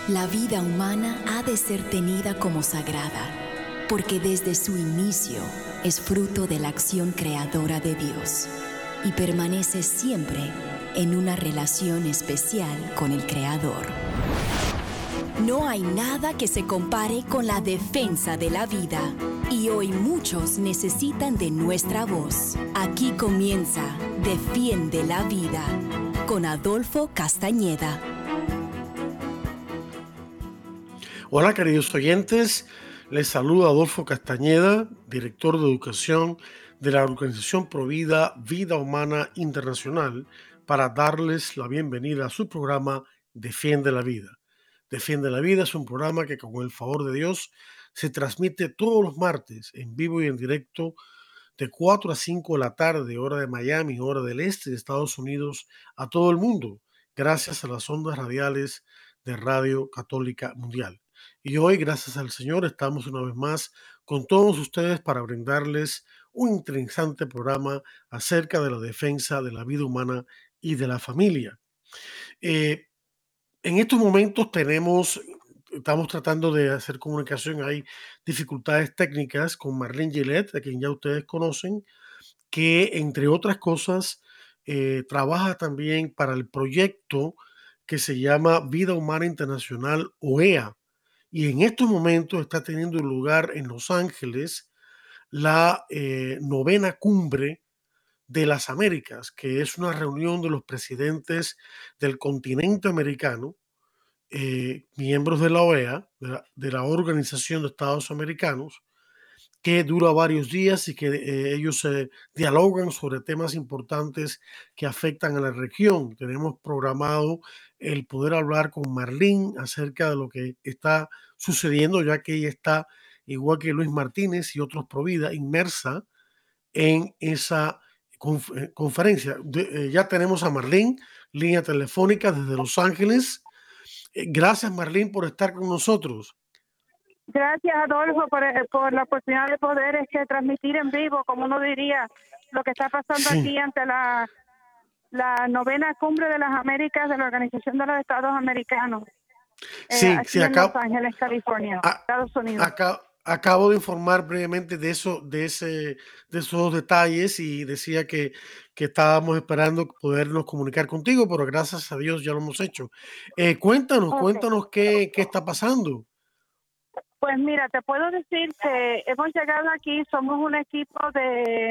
La vida humana ha de ser tenida como sagrada, porque desde su inicio es fruto de la acción creadora de Dios y permanece siempre en una relación especial con el Creador. No hay nada que se compare con la defensa de la vida, y hoy muchos necesitan de nuestra voz. Aquí comienza Defiende la Vida con Adolfo Castañeda. Hola queridos oyentes, les saluda Adolfo Castañeda, director de educación de la organización Provida Vida Humana Internacional, para darles la bienvenida a su programa Defiende la Vida. Defiende la Vida es un programa que, con el favor de Dios, se transmite todos los martes en vivo y en directo de 4 a 5 de la tarde, hora de Miami, hora del este de Estados Unidos, a todo el mundo, gracias a las ondas radiales de Radio Católica Mundial. Y hoy, gracias al Señor, estamos una vez más con todos ustedes para brindarles un interesante programa acerca de la defensa de la vida humana y de la familia. En estos momentos estamos tratando de hacer comunicación. Hay dificultades técnicas con Marlene Gillette, a quien ya ustedes conocen, que entre otras cosas trabaja también para el proyecto que se llama Vida Humana Internacional, OEA. Y en estos momentos está teniendo lugar en Los Ángeles la novena cumbre de las Américas, que es una reunión de los presidentes del continente americano, miembros de la OEA, de la Organización de Estados Americanos, que dura varios días y que ellos dialogan sobre temas importantes que afectan a la región. Tenemos programado el poder hablar con Marlene acerca de lo que está sucediendo, ya que ella está, igual que Luis Martínez y otros Provida, inmersa en esa conferencia. Ya tenemos a Marlene, línea telefónica desde Los Ángeles. Gracias, Marlene, por estar con nosotros. Gracias, Adolfo, por la oportunidad de poder transmitir en vivo, como uno diría, lo que está pasando aquí ante la novena cumbre de las Américas de la Organización de los Estados Americanos. Aquí en Los Ángeles, California, Estados Unidos. Acabo de informar brevemente de esos detalles y decía que estábamos esperando podernos comunicar contigo, pero gracias a Dios ya lo hemos hecho. Cuéntanos qué está pasando. Pues mira, te puedo decir que hemos llegado aquí, somos un equipo de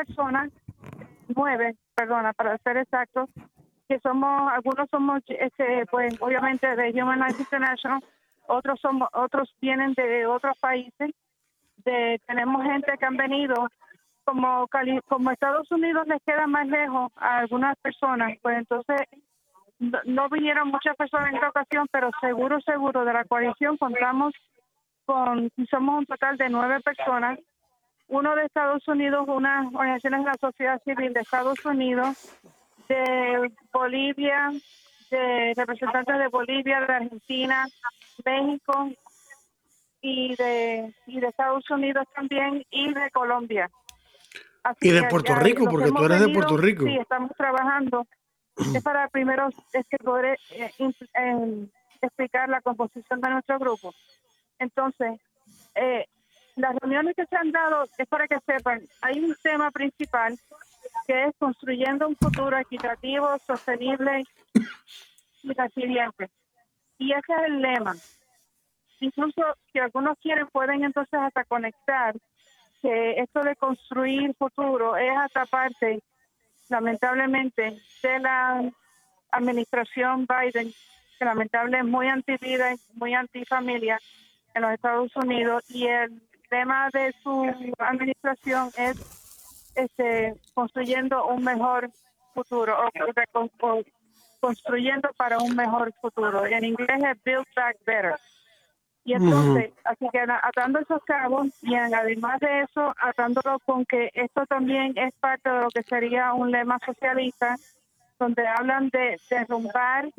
9, para ser exactos, que algunos somos, pues obviamente de Human Rights International, otros vienen de otros países, tenemos gente que han venido, como Estados Unidos les queda más lejos a algunas personas, pues entonces no vinieron muchas personas en esta ocasión, pero seguro de la coalición somos un total de 9 personas, uno de Estados Unidos, unas organizaciones de la sociedad civil de Estados Unidos, de Bolivia, de representantes de Bolivia, de Argentina, México y de Estados Unidos también, y de Colombia. Así y de Puerto Rico, porque tú eres de Puerto Rico. Sí, estamos trabajando. Es para primero poder explicar la composición de nuestro grupo. Entonces, las reuniones que se han dado es para que sepan, hay un tema principal que es construyendo un futuro equitativo, sostenible y resiliente. Y ese es el lema. Incluso si algunos pueden entonces hasta conectar que esto de construir futuro es hasta parte, lamentablemente, de la administración Biden, que lamentablemente es muy anti-vida, muy anti-familia en los Estados Unidos, y el tema de su administración es construyendo un mejor futuro o construyendo para un mejor futuro. En inglés es Build Back Better. Y entonces, así que atando esos cabos y además de eso, atándolo con que esto también es parte de lo que sería un lema socialista, donde hablan de derrumbar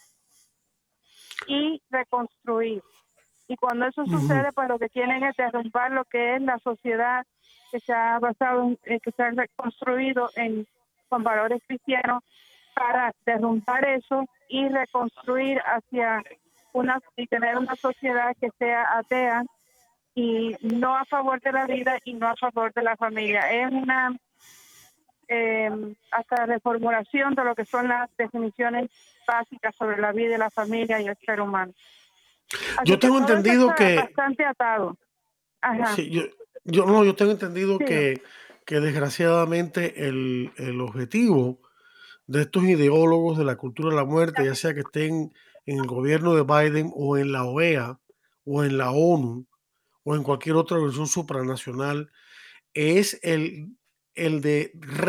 y reconstruir. Y cuando eso sucede, pues lo que tienen es derrumbar lo que es la sociedad que se ha basado, que se ha reconstruido con valores cristianos, para derrumbar eso y reconstruir hacia y tener una sociedad que sea atea y no a favor de la vida y no a favor de la familia. Es una hasta reformulación de lo que son las definiciones básicas sobre la vida y la familia y el ser humano. Así Yo tengo que todo eso entendido está que bastante atado. Ajá. sí, yo tengo entendido Sí. que desgraciadamente el objetivo de estos ideólogos de la cultura de la muerte, ya sea que estén en el gobierno de Biden o en la OEA o en la ONU o en cualquier otra organización supranacional, es el de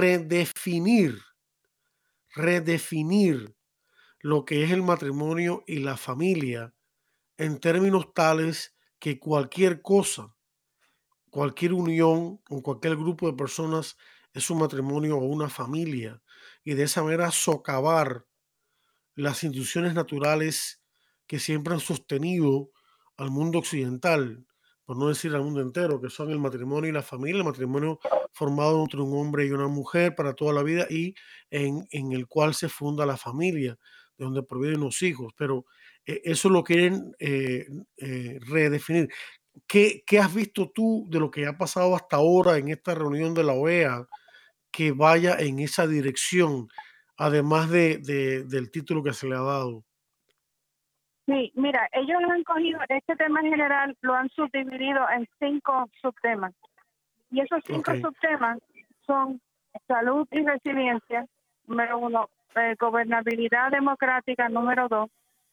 redefinir lo que es el matrimonio y la familia en términos tales que cualquier cosa, cualquier unión o cualquier grupo de personas es un matrimonio o una familia, y de esa manera socavar las instituciones naturales que siempre han sostenido al mundo occidental, por no decir al mundo entero, que son el matrimonio y la familia, el matrimonio formado entre un hombre y una mujer para toda la vida y en el cual se funda la familia, de donde provienen los hijos. Pero eso lo quieren redefinir. ¿Qué has visto tú de lo que ha pasado hasta ahora en esta reunión de la OEA que vaya en esa dirección, además del título que se le ha dado? Sí, mira, ellos han cogido este tema en general, lo han subdividido en 5 subtemas. Y esos 5 Ok, subtemas son salud y resiliencia, número 1, gobernabilidad democrática, número 2,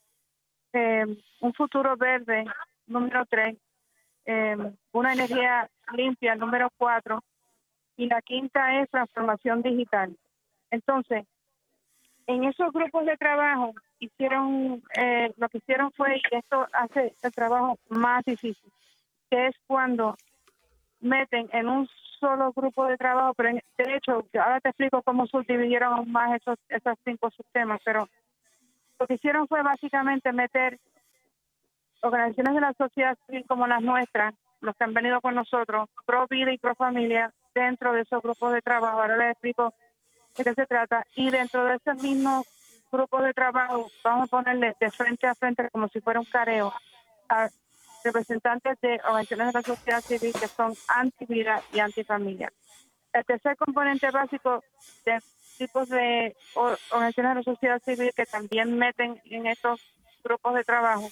un futuro verde, número 3, una energía limpia, número 4, y la quinta es transformación digital. Entonces, en esos grupos de trabajo lo que hicieron fue, y esto hace el trabajo más difícil, que es cuando meten en un solo grupo de trabajo, pero de hecho, ahora te explico cómo subdividieron aún más esos 5 subtemas, pero lo que hicieron fue básicamente meter organizaciones de la sociedad civil como las nuestras, los que han venido con nosotros, pro vida y pro familia, dentro de esos grupos de trabajo. Ahora les explico de qué se trata. Y dentro de ese mismo grupo de trabajo, vamos a ponerle de frente a frente, como si fuera un careo, a representantes de organizaciones de la sociedad civil que son anti-vida y anti-familia. El tercer componente básico de tipos de organizaciones de la sociedad civil que también meten en estos grupos de trabajo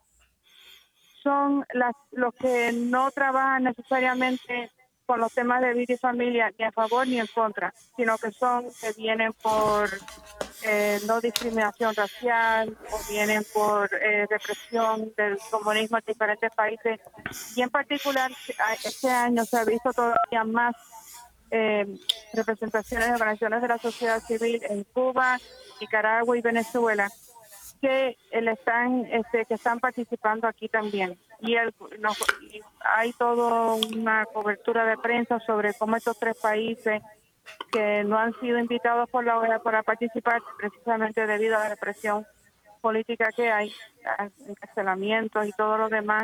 son los que no trabajan necesariamente con los temas de vida y familia ni a favor ni en contra, sino que vienen por no discriminación racial o vienen por represión del comunismo en diferentes países. Y en particular, este año se ha visto todavía más representaciones de organizaciones de la sociedad civil en Cuba, Nicaragua y Venezuela, que están participando aquí también. Y hay toda una cobertura de prensa sobre cómo estos 3 países que no han sido invitados por la OEA para participar, precisamente debido a la represión política que hay, encarcelamientos y todo lo demás.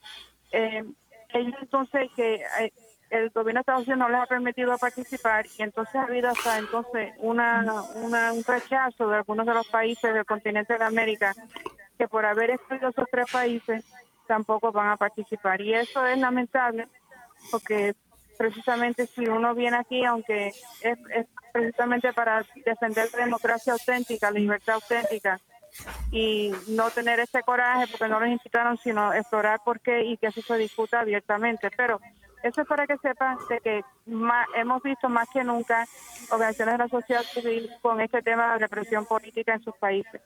Ellos entonces el gobierno de Estados Unidos no les ha permitido participar, y entonces ha habido hasta entonces un rechazo de algunos de los países del continente de América que por haber excluido esos 3 países tampoco van a participar. Y eso es lamentable porque precisamente si uno viene aquí, aunque es precisamente para defender la democracia auténtica, la libertad auténtica, y no tener ese coraje porque no los invitaron, sino explorar por qué y que eso se discuta abiertamente. Pero eso es para que sepan de que hemos visto más que nunca organizaciones de la sociedad civil con este tema de represión política en sus países.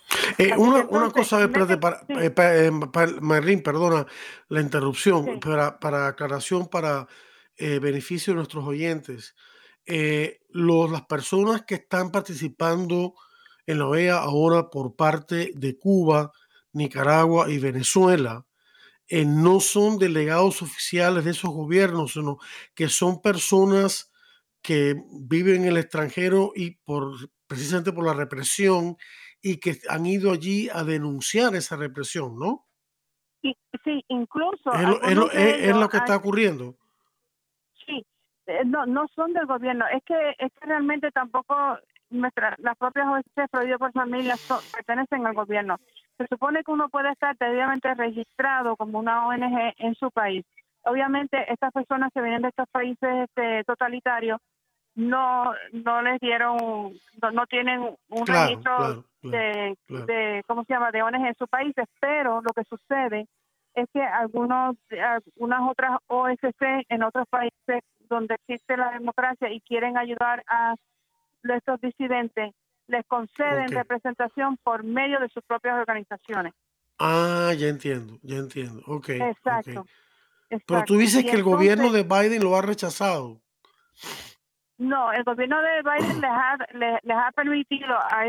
Una cosa, espérate, sí. Marlene, perdona la interrupción, Sí. para aclaración, para beneficio de nuestros oyentes. Las personas que están participando en la OEA ahora por parte de Cuba, Nicaragua y Venezuela, no son delegados oficiales de esos gobiernos, sino que son personas que viven en el extranjero y precisamente por la represión, y que han ido allí a denunciar esa represión, ¿no? Y, sí, incluso Es algunos de ellos lo que está ocurriendo. sí, no son del gobierno. Es que realmente tampoco las propias OSC prohibidas por familias pertenecen al gobierno. se supone que uno puede estar debidamente registrado como una ONG en su país. Obviamente, estas personas que vienen de estos países totalitarios no les dieron, no tienen un registro de ¿cómo se llama?, de ONG en sus países, pero lo que sucede es que algunas otras OSC en otros países donde existe la democracia y quieren ayudar a estos disidentes, les conceden representación por medio de sus propias organizaciones. Ah, ya entiendo. Okay. Exacto. Pero tú dices que el gobierno de Biden lo ha rechazado. No, el gobierno de Biden les ha permitido a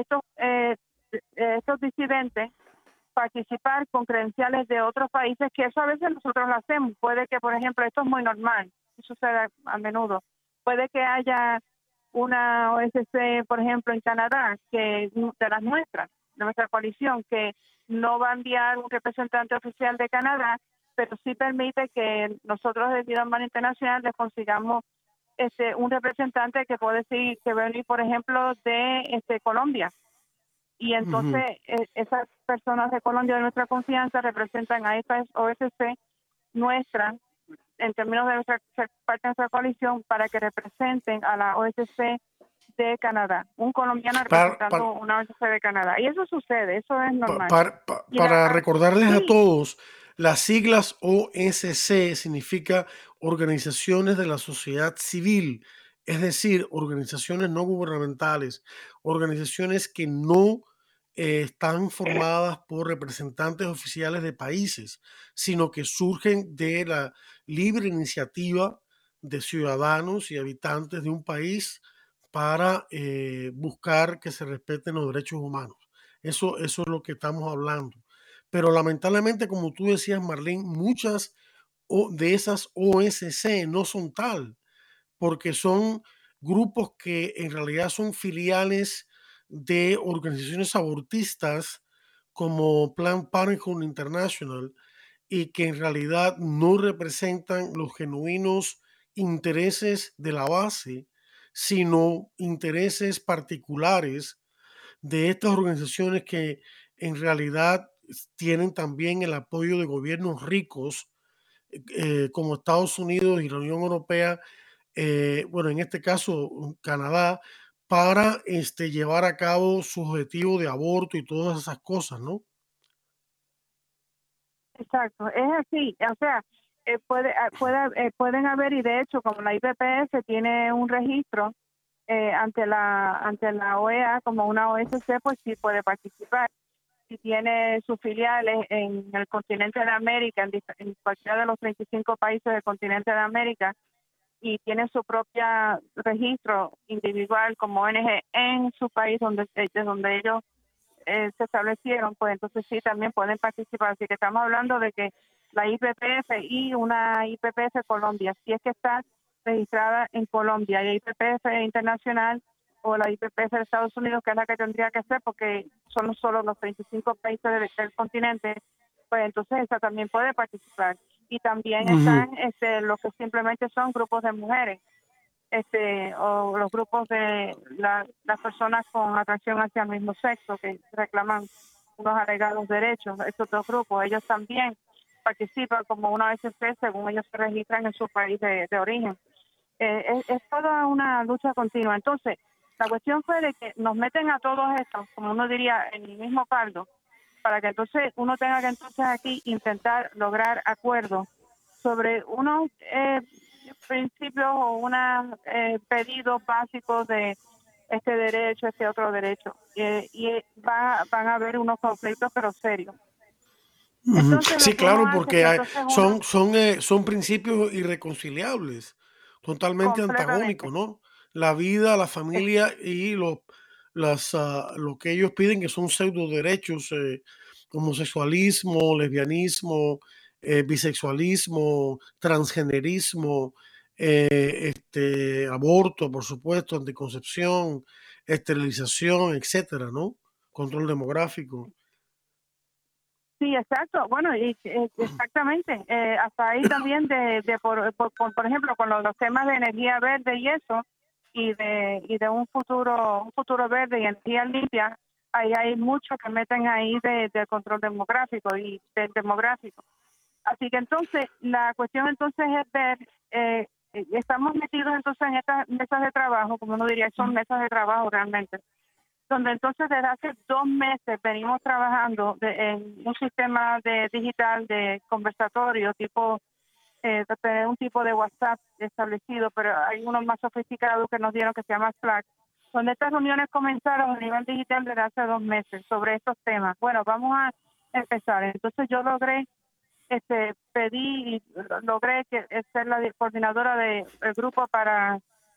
estos disidentes participar con credenciales de otros países, que eso a veces nosotros lo hacemos. Puede que, por ejemplo, esto es muy normal, sucede a menudo. Puede que haya una OSC, por ejemplo, en Canadá, que de las nuestras, de nuestra coalición, que no va a enviar un representante oficial de Canadá, pero sí permite que nosotros desde Irán Internacional les consigamos un representante que puede decir que venir, por ejemplo, de Colombia. Y entonces esas personas de Colombia de nuestra confianza representan a estas OSC nuestras, en términos de nuestra parte de nuestra coalición, para que representen a la OSC de Canadá, un colombiano representando una OSC de Canadá. Y eso sucede, eso es normal. Para recordarles a todos, las siglas OSC significa Organizaciones de la Sociedad Civil, es decir, organizaciones no gubernamentales, organizaciones que no están formadas por representantes oficiales de países, sino que surgen de la libre iniciativa de ciudadanos y habitantes de un país para buscar que se respeten los derechos humanos. Eso es lo que estamos hablando. Pero lamentablemente, como tú decías, Marlene, muchas de esas OSC no son tal, porque son grupos que en realidad son filiales de organizaciones abortistas como Planned Parenthood International, y que en realidad no representan los genuinos intereses de la base, sino intereses particulares de estas organizaciones que en realidad tienen también el apoyo de gobiernos ricos como Estados Unidos y la Unión Europea, bueno, en este caso Canadá, para llevar a cabo su objetivo de aborto y todas esas cosas, ¿no? Exacto, es así, o sea, pueden haber, y de hecho, como la IPPF tiene un registro ante la OEA como una OSC, pues sí puede participar. Si tiene sus filiales en el continente de América, en cualquiera de los 35 países del continente de América, y tiene su propio registro individual como ONG en su país donde ellos se establecieron, pues entonces sí también pueden participar. Así que estamos hablando de que la IPPF y una IPPF Colombia, si es que está registrada en Colombia, y IPPF internacional o la IPPF de Estados Unidos, que es la que tendría que ser, porque son solo los 35 países del continente, pues entonces esa también puede participar. Y también están los que simplemente son grupos de mujeres, o los grupos de las personas con atracción hacia el mismo sexo, que reclaman unos alegados derechos. Estos dos grupos, ellos también participan como una OSC según ellos se registran en su país de origen. Es toda una lucha continua. Entonces, la cuestión fue de que nos meten a todos estos, como uno diría, en el mismo caldo, para que entonces uno tenga que entonces aquí intentar lograr acuerdos sobre unos principios o unos pedidos básicos de este derecho, este otro derecho. Y van a haber unos conflictos, pero serios. Entonces, sí, claro, porque son principios irreconciliables, totalmente antagónicos, ¿no? La vida, la familia y lo que ellos piden, que son pseudo derechos, homosexualismo, lesbianismo, bisexualismo, transgenerismo, aborto, por supuesto, anticoncepción, esterilización, etcétera, ¿no? Control demográfico. Sí, exacto. Bueno, y exactamente. Hasta ahí también por ejemplo, con los temas de energía verde y eso, y de un futuro verde y energía limpia, ahí hay mucho que meten ahí de control demográfico y del demográfico. Así que entonces la cuestión entonces es ver, estamos metidos entonces en estas mesas de trabajo, como uno diría, son mesas de trabajo realmente, donde entonces desde hace 2 meses venimos trabajando en un sistema digital de conversatorio tipo tener un tipo de WhatsApp establecido, pero hay uno más sofisticado que nos dieron que se llama Slack, donde estas reuniones comenzaron a nivel digital desde hace 2 meses sobre estos temas. Bueno, vamos a empezar. Entonces yo logré pedí y logré ser la coordinadora del grupo para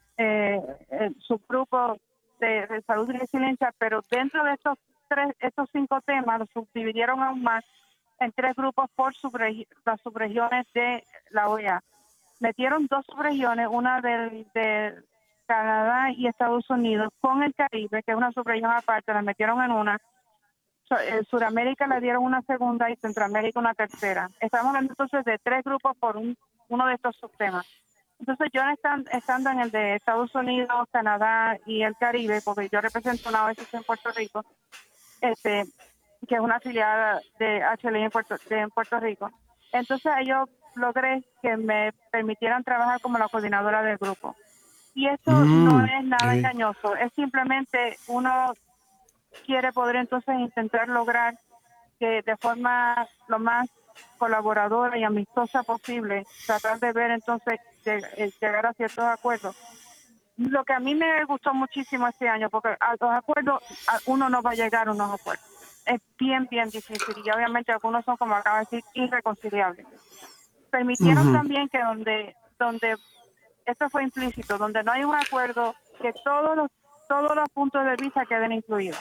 el subgrupo de salud y resiliencia, pero dentro de estos 5 temas los subdividieron aún más en 3 grupos por las subregiones de la OEA. Metieron 2 subregiones, una de Canadá y Estados Unidos con el Caribe, que es una subregión aparte, la metieron en una. Suramérica le dieron una segunda y Centroamérica una tercera. Estamos hablando entonces de 3 grupos por uno de estos subtemas. Entonces yo estando en el de Estados Unidos, Canadá y el Caribe, porque yo represento una OSC en Puerto Rico, que es una afiliada de HLI en Puerto Rico. Entonces yo logré que me permitieran trabajar como la coordinadora del grupo. Y esto no es nada engañoso, es simplemente uno quiere poder entonces intentar lograr que de forma lo más colaboradora y amistosa posible, tratar de ver entonces llegar a ciertos acuerdos. Lo que a mí me gustó muchísimo este año, porque a los acuerdos uno no va a llegar a unos acuerdos. Es bien, bien difícil y obviamente algunos son, como acaba de decir, irreconciliables. Permitieron también que donde esto fue implícito, donde no hay un acuerdo, que todos los puntos de vista queden incluidos.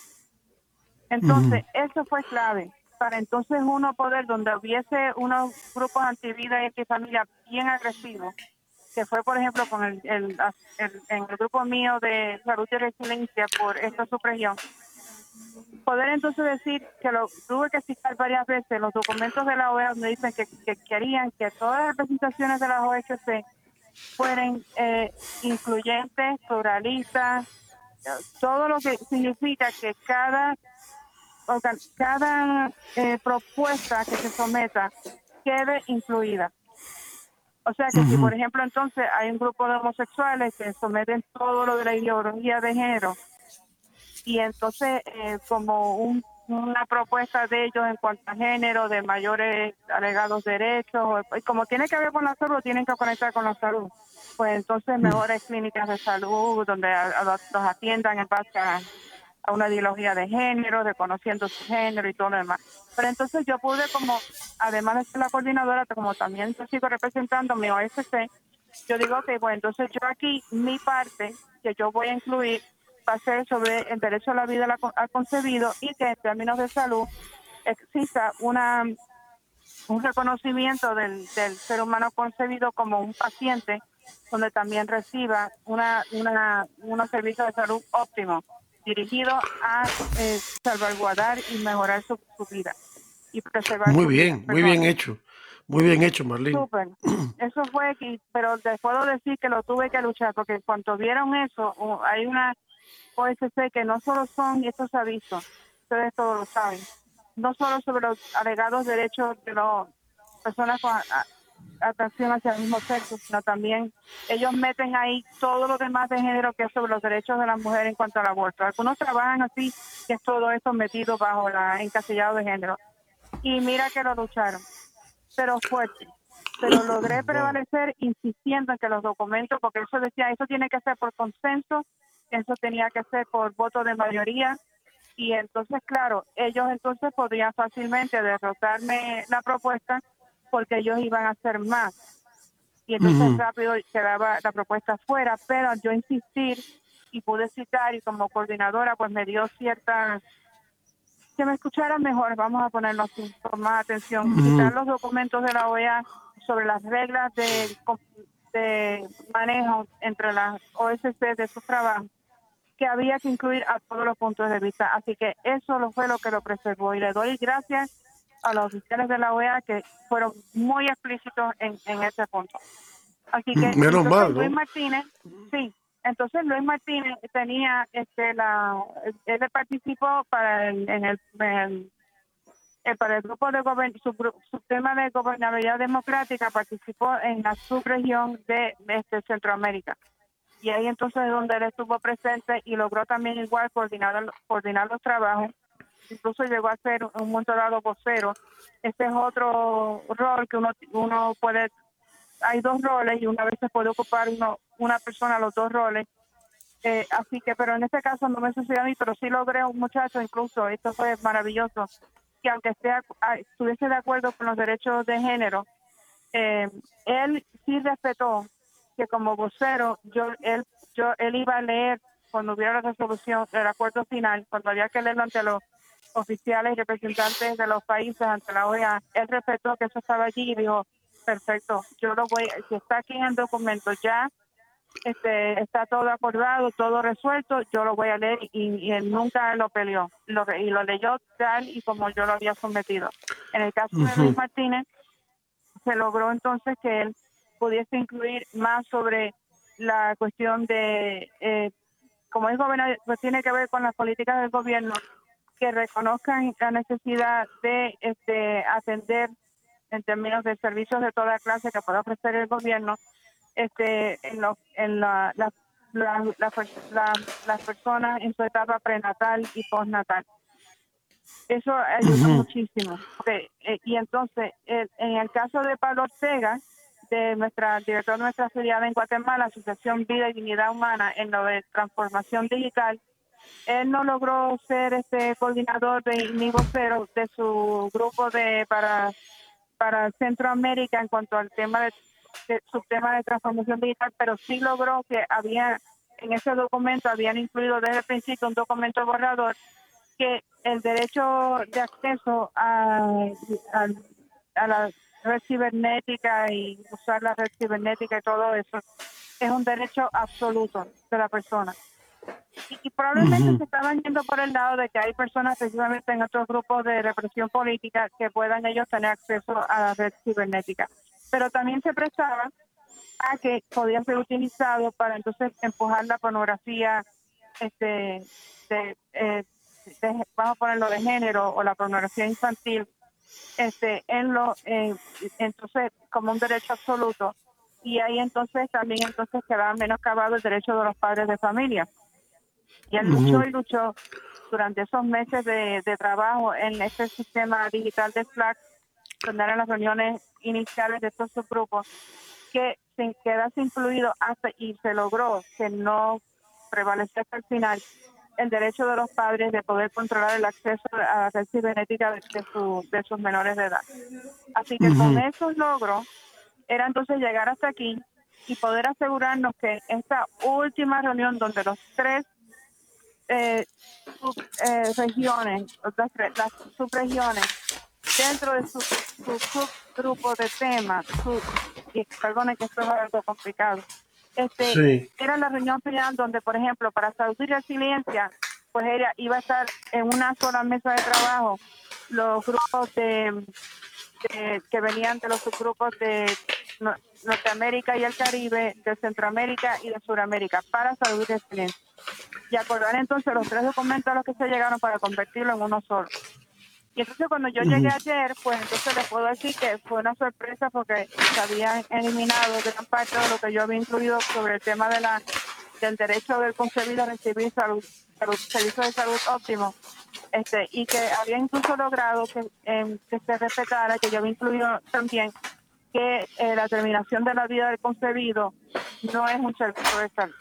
Entonces, eso fue clave para entonces uno poder, donde hubiese unos grupos antivida y antifamilia bien agresivos, que fue, por ejemplo, con en el grupo mío de salud y resiliencia por esta subregión, poder entonces decir que lo tuve que citar varias veces, los documentos de la OEA donde dicen que querían que todas las representaciones de las OSC fueran incluyentes, pluralistas, todo lo que significa que cada propuesta que se someta quede incluida. O sea que si, por ejemplo, entonces hay un grupo de homosexuales que someten todo lo de la ideología de género y entonces como una propuesta de ellos en cuanto a género, de mayores alegados derechos, y como tiene que ver con la salud, tienen que conectar con la salud. Pues entonces mejores clínicas de salud donde los atiendan en base a una ideología de género, reconociendo su género y todo lo demás. Pero entonces yo pude, como además de ser la coordinadora, como también yo sigo representando mi OSC, yo digo que bueno, entonces yo aquí mi parte que yo voy a incluir va a ser sobre el derecho a la vida al concebido y que en términos de salud exista un reconocimiento del ser humano concebido como un paciente donde también reciba unos servicios de salud óptimos dirigidos a salvaguardar y mejorar su vida y preservar Muy su vida. bien, muy bien hecho. Muy bien hecho, Marlene. Súper. Eso fue, pero les puedo decir que lo tuve que luchar, porque cuando vieron eso, hay una OSC que no solo son, y esto se ha visto, ustedes todos lo saben, no solo sobre los alegados derechos de las personas con atracción hacia el mismo sexo, sino también ellos meten ahí todo lo demás de género que es sobre los derechos de las mujeres en cuanto al aborto. Algunos trabajan así, que es todo esto metido bajo la encasillado de género. Y mira que lo lucharon, pero fuerte. Pero logré prevalecer insistiendo en que los documentos, porque eso decía, eso tiene que ser por consenso, eso tenía que ser por voto de mayoría, y entonces, claro, ellos entonces podrían fácilmente derrotarme la propuesta porque ellos iban a hacer más. Y entonces rápido quedaba la propuesta fuera, pero al yo insistir y pude citar y como coordinadora pues me dio cierta, que me escucharan mejor, vamos a ponerlo así, con más atención, citar los documentos de la OEA sobre las reglas de manejo entre las OSC de sus trabajos, que había que incluir a todos los puntos de vista. Así que eso fue lo que lo preservó. Y le doy gracias a los oficiales de la OEA que fueron muy explícitos en ese punto. Así que menos mal, ¿no? Luis Martínez, sí, Entonces Luis Martínez tenía él participó para para el grupo de su tema de gobernabilidad democrática, participó en la subregión de Centroamérica. Y ahí entonces es donde él estuvo presente y logró también igual coordinar los trabajos. Incluso llegó a ser un momento dado vocero. Este es otro rol que uno puede, hay dos roles y una vez se puede ocupar una persona los dos roles. Así que, pero en este caso no me sucedió a mí, pero sí logré un muchacho, incluso, esto fue maravilloso, que aunque estuviese de acuerdo con los derechos de género, él sí respetó que como vocero él iba a leer cuando hubiera la resolución, el acuerdo final, cuando había que leerlo ante los oficiales y representantes de los países ante la OEA. Él respetó que eso estaba allí y dijo, perfecto, si está aquí en el documento ya, está todo acordado, todo resuelto, yo lo voy a leer, y él nunca lo peleó, y lo leyó tal y como yo lo había sometido. En el caso de Luis Martínez, se logró entonces que él pudiese incluir más sobre la cuestión de, como es gobernador, pues tiene que ver con las políticas del gobierno, que reconozcan la necesidad de atender en términos de servicios de toda clase que pueda ofrecer el gobierno, las personas en su etapa prenatal y postnatal. Eso ayuda muchísimo. Y entonces, en el caso de Pablo Ortega, director de nuestra ciudad en Guatemala, Asociación Vida y Dignidad Humana, en lo de transformación digital, él no logró ser coordinador ni vocero de su grupo para Centroamérica en cuanto al tema de su tema de transformación digital, pero sí logró que en ese documento habían incluido desde el principio un documento borrador que el derecho de acceso a la red cibernética y usar la red cibernética y todo eso es un derecho absoluto de la persona. Y probablemente se estaban yendo por el lado de que hay personas precisamente en otros grupos de represión política que puedan ellos tener acceso a la red cibernética. Pero también se prestaba a que podía ser utilizado para entonces empujar la pornografía, vamos a ponerlo de género, o la pornografía infantil, entonces como un derecho absoluto. Y ahí entonces quedaba menoscabado el derecho de los padres de familia. Y él luchó durante esos meses de trabajo en este sistema digital de Slack, donde eran las reuniones iniciales de estos subgrupos, que se quedase incluido y se logró que no prevaleciera hasta el final el derecho de los padres de poder controlar el acceso a la red cibernética de sus menores de edad. Así que con esos logros era entonces llegar hasta aquí y poder asegurarnos que esta última reunión donde los tres regiones, las subregiones dentro de su subgrupo de temas, perdone que esto es algo complicado, era la reunión final donde, por ejemplo, para salud y resiliencia, pues ella iba a estar en una sola mesa de trabajo los grupos que venían de los subgrupos de Norteamérica y el Caribe, de Centroamérica y de Sudamérica, para salud y resiliencia. Y acordar entonces los tres documentos a los que se llegaron para convertirlo en uno solo. Y entonces cuando yo llegué ayer, pues entonces les puedo decir que fue una sorpresa porque se habían eliminado gran parte de lo que yo había incluido sobre el tema del derecho del concebido a recibir servicios de salud óptimos, y que había incluso logrado que se respetara, que yo había incluido también que la terminación de la vida del concebido no es un servicio de salud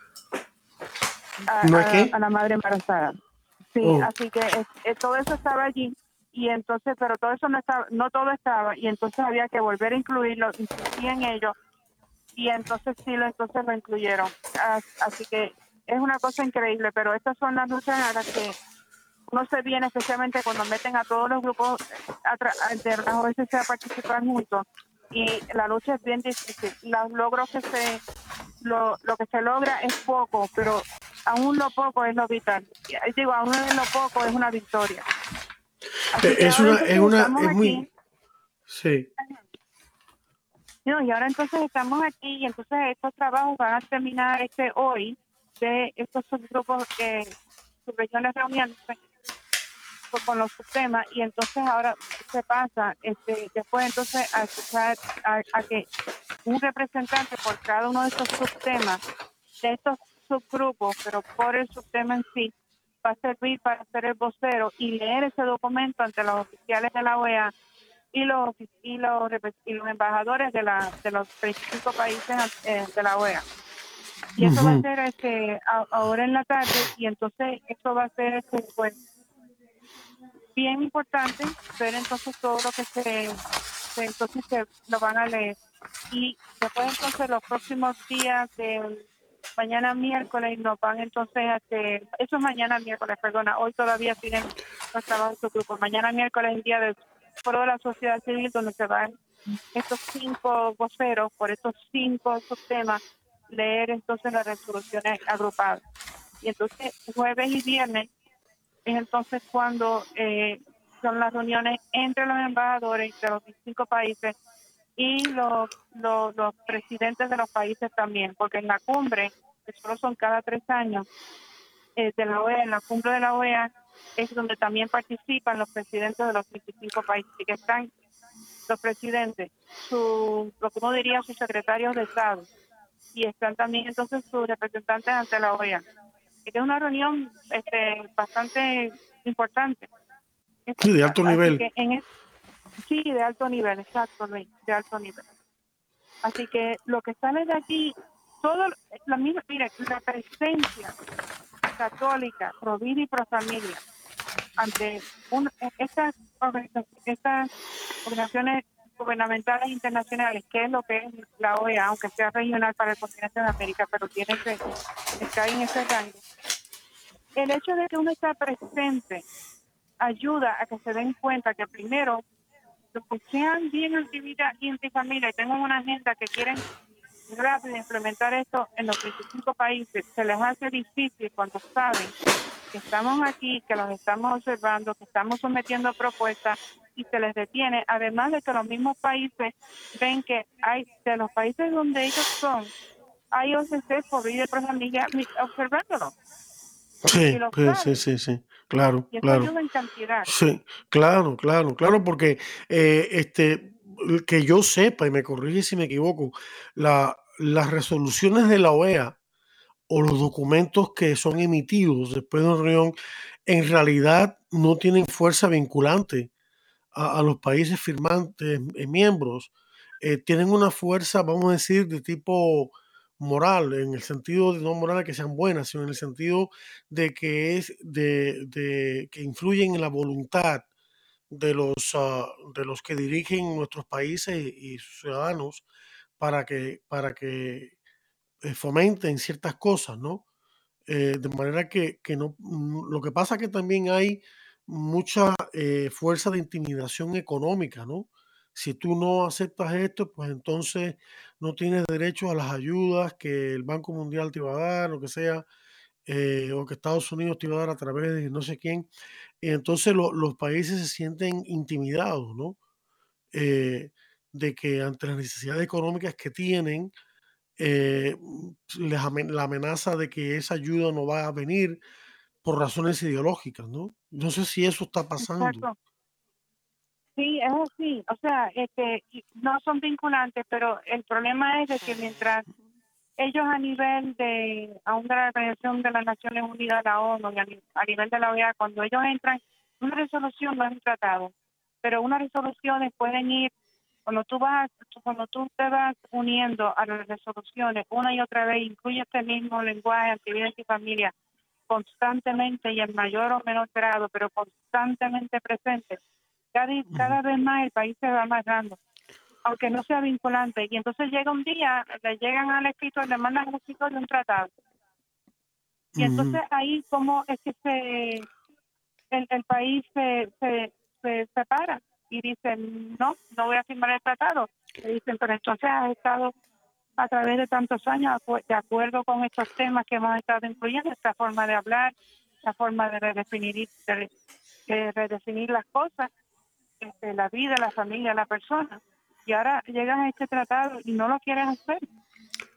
a la madre embarazada. Sí, así que todo eso estaba allí, y entonces, pero todo eso no todo estaba, y entonces había que volver a incluirlo, insistí en ello, y entonces lo incluyeron. Así que es una cosa increíble, pero estas son las luchas a las que uno se viene, especialmente cuando meten a todos los grupos de las OSC a participar juntos, y la lucha es bien difícil. Los logros lo que se logra es poco, pero aún lo poco es lo vital. Digo, aún lo poco es una victoria. Es muy... Sí. No, y ahora entonces estamos aquí, y entonces estos trabajos van a terminar hoy, de estos subgrupos, subregiones reuniéndose con los subtemas, y entonces ahora se pasa después entonces a escuchar a que un representante por cada uno de estos subtemas, de estos subgrupos, pero por el subtema en sí, va a servir para ser el vocero y leer ese documento ante los oficiales de la OEA y los embajadores de los 35 países de la OEA. Y eso va a ser ahora en la tarde, y entonces eso va a ser pues bien importante ver entonces todo lo que entonces se lo van a leer. Y después entonces los próximos días de mañana miércoles nos van entonces a hacer, eso es mañana miércoles, perdona, hoy todavía tienen los trabajos de su grupo. Mañana miércoles es el día del foro de la sociedad civil, donde se van estos 5 voceros por estos 5 subtemas leer entonces las resoluciones agrupadas. Y entonces jueves y viernes es entonces cuando son las reuniones entre los embajadores de los 25 países y los presidentes de los países también, porque en la cumbre, que solo son cada 3 años, de la OEA, en la cumbre de la OEA, es donde también participan los presidentes de los 25 países, y que están los presidentes, lo que uno diría sus secretarios de Estado, y están también entonces sus representantes ante la OEA. Es una reunión bastante importante. Sí, de alto nivel. Que sí, de alto nivel, exacto, Luis, de alto nivel. Así que lo que sale de aquí, todo la misma, mire, la presencia católica, pro vida y pro familia, ante estas organizaciones gubernamentales internacionales, que es lo que es la OEA, aunque sea regional para el continente de América, pero tiene que estar en ese rango. El hecho de que uno está presente ayuda a que se den cuenta que primero, los que sean bien antifamilia y tengan una agenda que quieren rápido implementar esto en los 25 países, se les hace difícil cuando saben que estamos aquí, que los estamos observando, que estamos sometiendo propuestas y se les detiene, además de que los mismos países ven que hay, de los países donde ellos son, hay OCC por vida de familia observándolo. Sí, sí, claro, y eso claro. ayuda en cantidad. Sí, claro, porque que yo sepa, y me corrige si me equivoco, las resoluciones de la OEA o los documentos que son emitidos después de una reunión, en realidad no tienen fuerza vinculante a los países firmantes, miembros. Tienen una fuerza, vamos a decir, de tipo moral, en el sentido de no moral de que sean buenas, sino en el sentido de que es de que influyen en la voluntad de los que dirigen nuestros países y sus ciudadanos para que fomenten ciertas cosas, ¿no? De manera que no, lo que pasa es que también hay mucha fuerza de intimidación económica, ¿no? Si tú no aceptas esto, pues entonces no tienes derecho a las ayudas que el Banco Mundial te va a dar, lo que sea, o que Estados Unidos te va a dar a través de no sé quién. Y entonces los países se sienten intimidados, ¿no? Eh, de que ante las necesidades económicas que tienen, eh, la amenaza de que esa ayuda no va a venir por razones ideológicas, ¿no? No sé si eso está pasando. Exacto. Sí, es así. O sea, no son vinculantes, pero el problema es de que mientras ellos a nivel aún de la Organización de las Naciones Unidas, la ONU, y a nivel de la OEA, cuando ellos entran, una resolución no es un tratado, pero unas resoluciones pueden ir, cuando tú te vas uniendo a las resoluciones una y otra vez, incluye este mismo lenguaje, actividad y familia, constantemente y en mayor o menor grado, pero constantemente presente, cada vez más el país se va amarrando, aunque no sea vinculante. Y entonces llega un día, le llegan al escritor, le mandan al escritor de un tratado. Y entonces ahí como es que el país se separa y dice, no voy a firmar el tratado. Le dicen, pero entonces has estado a través de tantos años de acuerdo con estos temas que hemos estado incluyendo, esta forma de hablar, la forma de redefinir las cosas, la vida, la familia, la persona. Y ahora llegan a este tratado y no lo quieren hacer.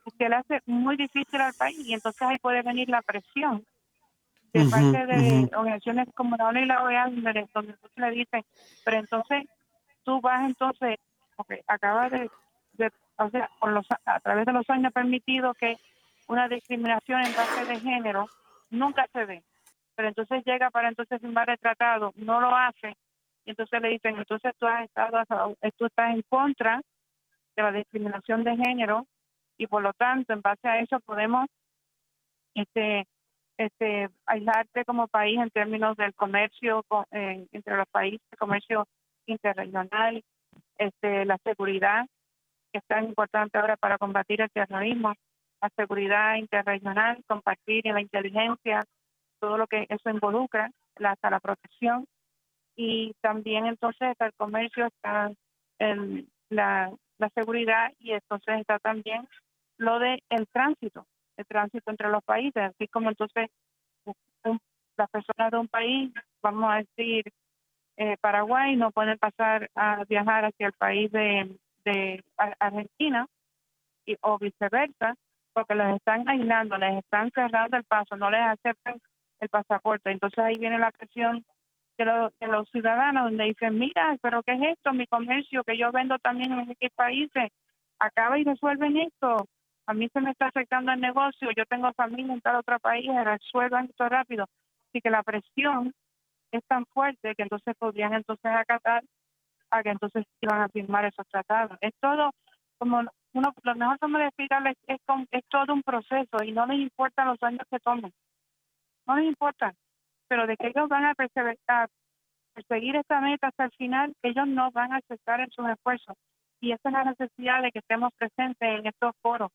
que le hace muy difícil al país, y entonces ahí puede venir la presión de parte de organizaciones como la ONU y la OEA, donde entonces le dicen, pero entonces tú vas entonces, porque acaba de o sea, a través de los años ha permitido que una discriminación en base de género nunca se ve, pero entonces llega para entonces firmar el tratado, no lo hace, y entonces le dicen, entonces tú estás en contra de la discriminación de género, y por lo tanto, en base a eso podemos aislarte como país en términos del comercio entre los países, comercio interregional, la seguridad, que es tan importante ahora para combatir el terrorismo, la seguridad interregional, compartir la inteligencia, todo lo que eso involucra, hasta la protección, y también entonces está el comercio, está la seguridad, y entonces está también lo de el tránsito entre los países, así como entonces las personas de un país, vamos a decir Paraguay, no pueden pasar a viajar hacia el país de Argentina o viceversa, porque les están aislando, les están cerrando el paso, no les aceptan el pasaporte. Entonces ahí viene la presión de los ciudadanos, donde dicen, mira, pero ¿qué es esto? Mi comercio que yo vendo también en X países, acaba y resuelven esto. A mí se me está afectando el negocio, yo tengo familia en tal otro país, resuelvan esto rápido. Así que la presión es tan fuerte que entonces podrían entonces acatar a que entonces iban a firmar esos tratados. Es todo como lo mejor que me explicarles es todo un proceso, y no les importa los años que tomen, no les importa, pero de que ellos van a perseguir esta meta hasta el final, ellos no van a aceptar en sus esfuerzos, y esa es la necesidad de que estemos presentes en estos foros,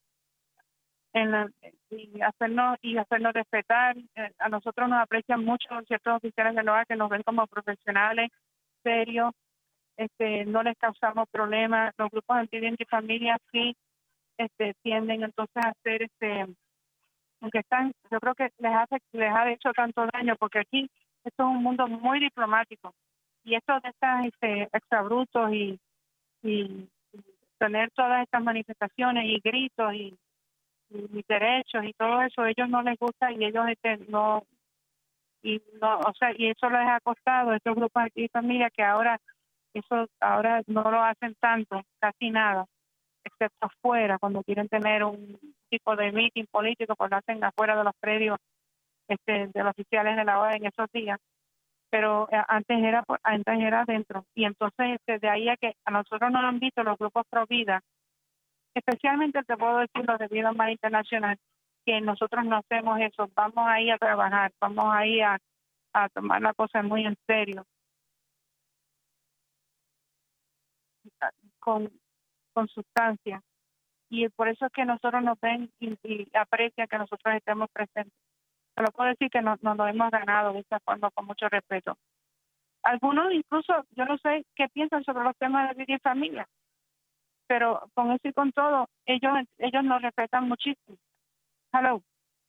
y hacernos respetar. A nosotros nos aprecian mucho ciertos oficiales de la OEA que nos ven como profesionales serios, no les causamos problemas. Los grupos anti familia sí tienden entonces a hacer aunque yo creo que les ha hecho tanto daño, porque aquí esto es un mundo muy diplomático, y esto de estas exabruptos y tener todas estas manifestaciones y gritos y derechos y todo eso, a ellos no les gusta, y ellos y eso les ha costado a estos grupos aquí de familia, que ahora no lo hacen tanto, casi nada, excepto afuera, cuando quieren tener un tipo de meeting político, pues lo hacen afuera de los predios de los oficiales de la OEA en esos días, pero antes era adentro, y entonces de ahí a que a nosotros nos han visto los grupos pro vida, especialmente te puedo decir los de Vida Humana Internacional, que nosotros no hacemos eso, vamos ahí a trabajar, vamos ahí a tomar la cosa muy en serio, con sustancia, y por eso es que nosotros nos ven y aprecian que nosotros estemos presentes. Se lo puedo decir que nos lo hemos ganado de esta forma, con mucho respeto. Algunos incluso, yo no sé qué piensan sobre los temas de vida y familia, pero con eso y con todo, ellos nos respetan muchísimo. Hello.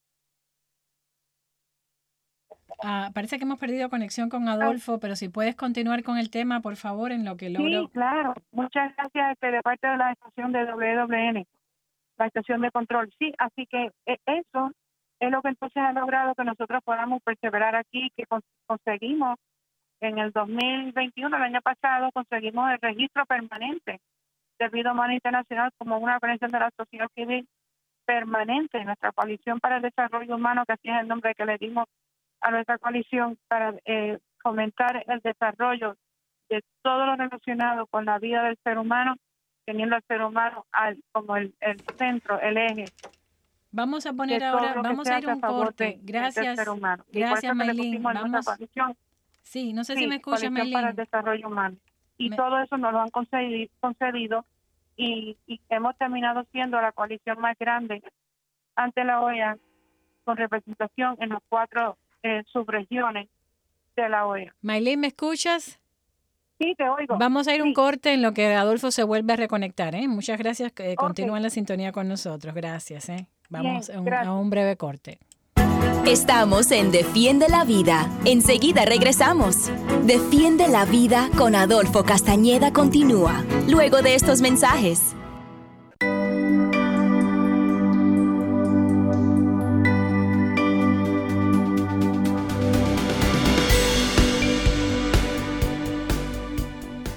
Parece que hemos perdido conexión con Adolfo, pero si puedes continuar con el tema, por favor, en lo que logro. Sí, claro. Muchas gracias de parte de la estación de WWN, la estación de control. Sí, así que eso es lo que entonces ha logrado que nosotros podamos perseverar aquí, que conseguimos en el 2021, el año pasado, conseguimos el registro permanente de Vida Humana Internacional como una organización de la sociedad civil permanente, nuestra coalición para el desarrollo humano, que así es el nombre que le dimos a nuestra coalición, para fomentar el desarrollo de todo lo relacionado con la vida del ser humano, teniendo al ser humano como el centro, el eje. Vamos a poner ahora, vamos a ir a un corte. Gracias, gracias, Maylin. Vamos. Sí, no sé si me escucha, Maylin. Para el desarrollo humano. Y todo eso nos lo han concedido y hemos terminado siendo la coalición más grande ante la OEA, con representación en las 4 subregiones de la OEA. Maylin, ¿me escuchas? Sí, te oigo. Vamos a ir un corte en lo que Adolfo se vuelve a reconectar. Muchas gracias. Continúa en la sintonía con nosotros. Gracias. Vamos a un breve corte. Estamos en Defiende la Vida. Enseguida regresamos. Defiende la Vida con Adolfo Castañeda continúa luego de estos mensajes.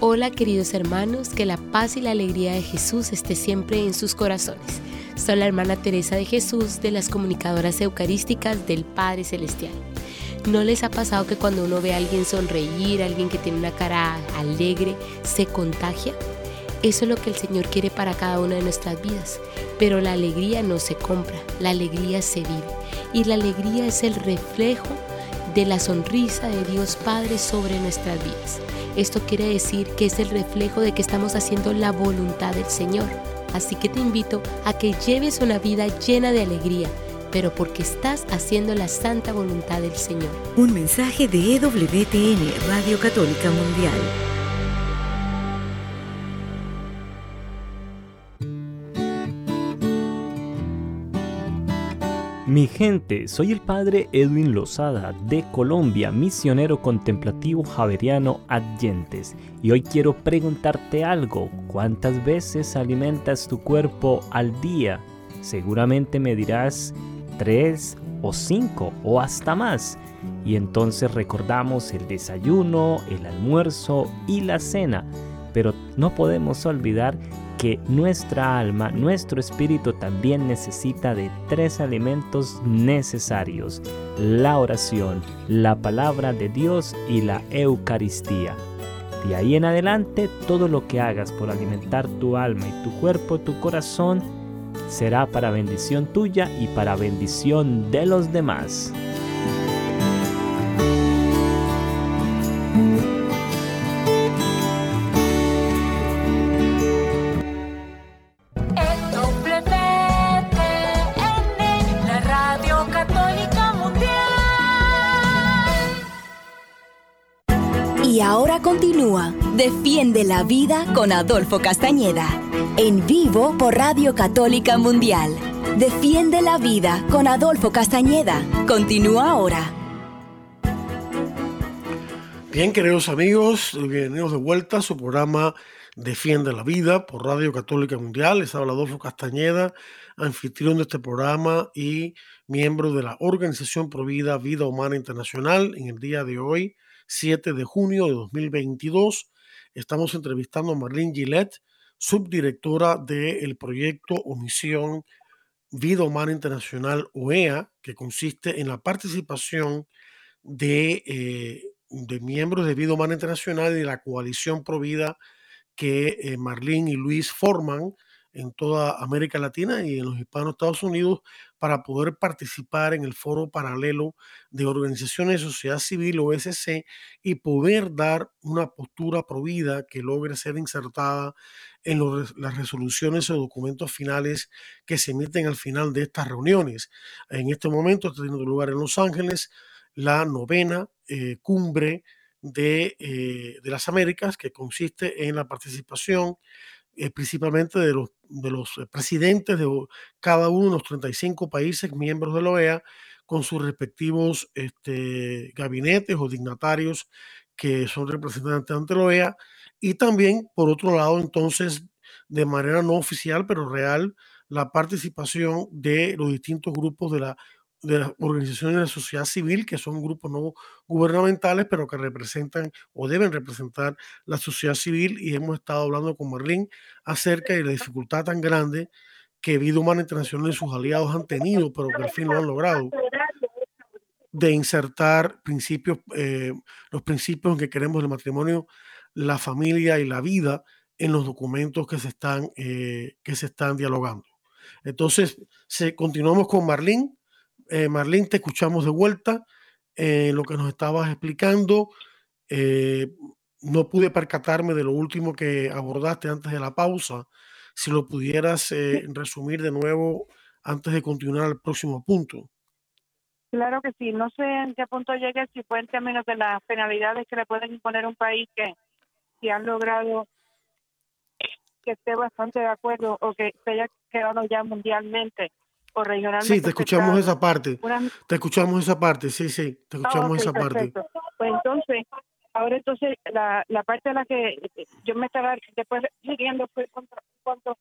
Hola queridos hermanos, que la paz y la alegría de Jesús esté siempre en sus corazones. Soy la hermana Teresa de Jesús de las comunicadoras eucarísticas del Padre Celestial. ¿No les ha pasado que cuando uno ve a alguien sonreír, a alguien que tiene una cara alegre, se contagia? Eso es lo que el Señor quiere para cada una de nuestras vidas. Pero la alegría no se compra, la alegría se vive. Y la alegría es el reflejo de la sonrisa de Dios Padre sobre nuestras vidas. Esto quiere decir que es el reflejo de que estamos haciendo la voluntad del Señor. Así que te invito a que lleves una vida llena de alegría, pero porque estás haciendo la santa voluntad del Señor. Un mensaje de EWTN, Radio Católica Mundial. Mi gente, soy el padre Edwin Lozada de Colombia, misionero contemplativo javeriano Adyentes, y hoy quiero preguntarte algo. ¿Cuántas veces alimentas tu cuerpo al día? Seguramente me dirás 3 o 5 o hasta más. Y entonces recordamos el desayuno, el almuerzo y la cena, pero no podemos olvidar que nuestra alma, nuestro espíritu también necesita de 3 alimentos necesarios: la oración, la palabra de Dios y la Eucaristía. De ahí en adelante, todo lo que hagas por alimentar tu alma y tu cuerpo, tu corazón, será para bendición tuya y para bendición de los demás. Y ahora continúa Defiende la Vida con Adolfo Castañeda, en vivo por Radio Católica Mundial. Defiende la Vida con Adolfo Castañeda. Continúa ahora. Bien, queridos amigos, bienvenidos de vuelta a su programa Defiende la Vida por Radio Católica Mundial. Les habla Adolfo Castañeda, anfitrión de este programa y miembro de la Organización Provida Vida Humana Internacional. En el día de hoy, 7 de junio de 2022, estamos entrevistando a Marlene Gillette, subdirectora del proyecto o misión Vida Humana Internacional, OEA, que consiste en la participación de miembros de Vida Humana Internacional y de la coalición Provida que Marlene y Luis forman en toda América Latina y en los hispanos Estados Unidos para poder participar en el foro paralelo de organizaciones de sociedad civil, OSC, y poder dar una postura provida que logre ser insertada en las resoluciones o documentos finales que se emiten al final de estas reuniones. En este momento está teniendo lugar en Los Ángeles la 9ª cumbre de las Américas, que consiste en la participación principalmente de los presidentes de cada uno de los 35 países miembros de la OEA, con sus respectivos gabinetes o dignatarios que son representantes ante la OEA, y también, por otro lado, entonces, de manera no oficial, pero real, la participación de los distintos grupos de las organizaciones de sociedad civil, que son grupos no gubernamentales, pero que representan o deben representar la sociedad civil, y hemos estado hablando con Marlene acerca de la dificultad tan grande que Vida Humana Internacional y sus aliados han tenido, pero que al fin lo han logrado, de insertar principios, los principios en que queremos el matrimonio, la familia y la vida en los documentos que se están dialogando. Entonces, continuamos con Marlene. Marlene, te escuchamos de vuelta. Lo que nos estabas explicando, no pude percatarme de lo último que abordaste antes de la pausa. Si lo pudieras resumir de nuevo antes de continuar al próximo punto. Claro que sí. No sé en qué punto llegue, si fue en términos de las penalidades que le pueden imponer a un país que han logrado que esté bastante de acuerdo o que se haya quedado ya mundialmente o regionalmente. Sí, te escuchamos esa parte. Te escuchamos esa parte, sí, te escuchamos esa perfecto. parte. Pues entonces, ahora entonces, la parte a la que yo me estaba después siguiendo fue cuando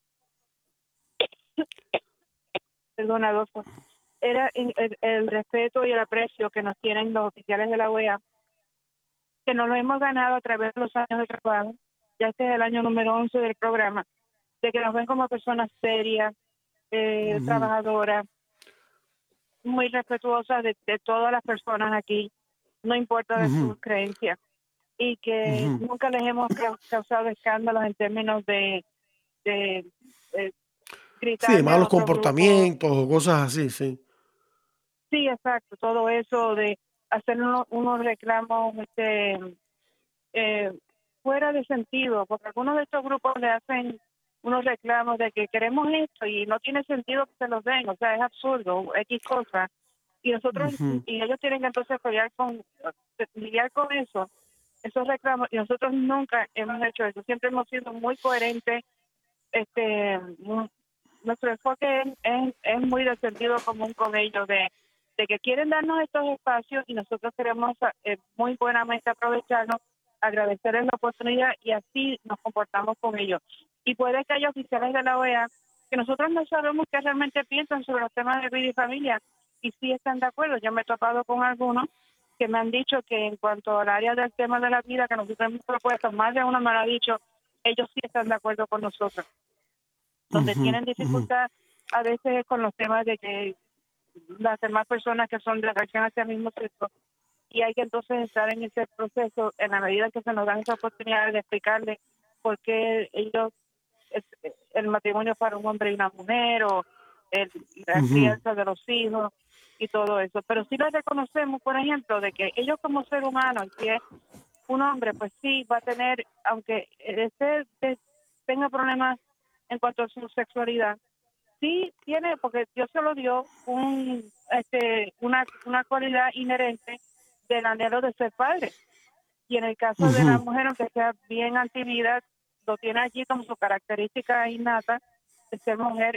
perdona, Adolfo, era el respeto y el aprecio que nos tienen los oficiales de la OEA, que nos lo hemos ganado a través de los años de trabajo, ya este es el año número 11 del programa, de que nos ven como personas serias, trabajadoras, muy respetuosas de todas las personas aquí, no importa de sus creencias, y que nunca les hemos causado escándalos en términos de gritar. Sí, de malos comportamientos o cosas así, sí. Sí, exacto, todo eso de hacer unos reclamos fuera de sentido, porque algunos de estos grupos le hacen unos reclamos de que queremos esto y no tiene sentido que se los den, o sea, es absurdo, X cosas, y nosotros, y ellos tienen que entonces lidiar con eso, esos reclamos, y nosotros nunca hemos hecho eso, siempre hemos sido muy coherentes, nuestro enfoque es muy de sentido común con ellos, de que quieren darnos estos espacios y nosotros queremos muy buenamente aprovecharnos, agradecerles la oportunidad y así nos comportamos con ellos. Y puede que haya oficiales de la OEA que nosotros no sabemos qué realmente piensan sobre los temas de vida y familia y sí están de acuerdo. Yo me he topado con algunos que me han dicho que en cuanto al área del tema de la vida que nosotros hemos propuesto, más de uno me lo ha dicho, ellos sí están de acuerdo con nosotros. Donde tienen dificultad a veces con los temas de que las demás personas que son de atracción hacia el mismo sexo, y hay que entonces estar en ese proceso en la medida que se nos dan esa oportunidad de explicarles por qué el matrimonio para un hombre y una mujer o la crianza de los hijos y todo eso. Pero sí les reconocemos, por ejemplo, de que ellos como ser humano, si es un hombre, pues sí va a tener, aunque tenga problemas en cuanto a su sexualidad, sí tiene, porque Dios se lo dio una cualidad inherente del anhelo de ser padre. Y en el caso de la mujer, aunque sea bien antivida, lo tiene allí como su característica innata de ser mujer,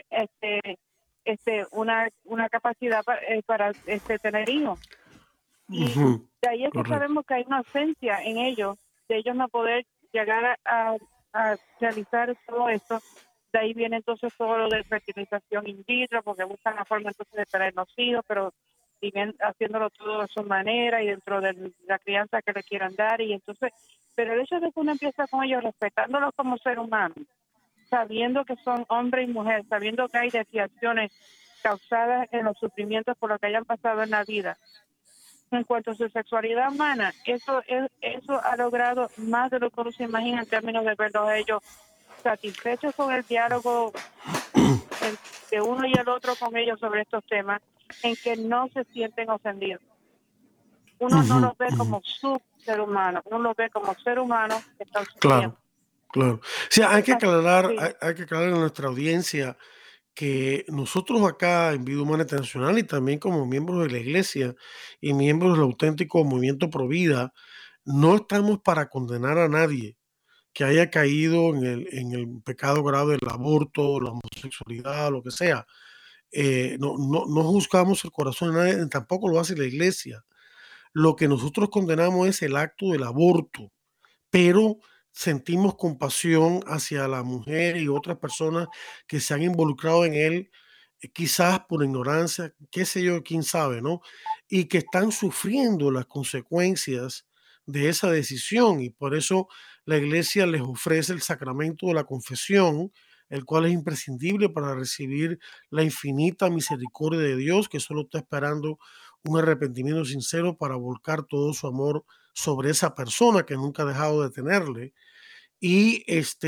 una capacidad para tener hijos. Y de ahí es que sabemos que hay una ausencia en ellos, de ellos no poder llegar a realizar todo esto. De ahí viene entonces todo lo de fertilización in vitro, porque buscan la forma entonces de tener los hijos, pero siguen haciéndolo todo de su manera y dentro de la crianza que le quieran dar. Y entonces, pero el hecho de que uno empieza con ellos respetándolos como ser humano, sabiendo que son hombre y mujer, sabiendo que hay desviaciones causadas en los sufrimientos por lo que hayan pasado en la vida. En cuanto a su sexualidad humana, eso ha logrado más de lo que uno se imagina en términos de verlos a ellos satisfechos con el diálogo de uno y el otro con ellos sobre estos temas, en que no se sienten ofendidos. Uno no los ve como su ser humano, uno los ve como ser humano que están sufriendo. Claro. Sí, hay que aclarar a nuestra audiencia que nosotros acá en Vida Humana Internacional y también como miembros de la Iglesia y miembros del auténtico movimiento Pro Vida, no estamos para condenar a nadie que haya caído en el pecado grave del aborto, la homosexualidad, lo que sea. No juzgamos el corazón de nadie, tampoco lo hace la Iglesia. Lo que nosotros condenamos es el acto del aborto, pero sentimos compasión hacia la mujer y otras personas que se han involucrado en él, quizás por ignorancia, qué sé yo, quién sabe, ¿no? Y que están sufriendo las consecuencias de esa decisión, y por eso la Iglesia les ofrece el sacramento de la confesión, el cual es imprescindible para recibir la infinita misericordia de Dios, que solo está esperando un arrepentimiento sincero para volcar todo su amor sobre esa persona que nunca ha dejado de tenerle. Y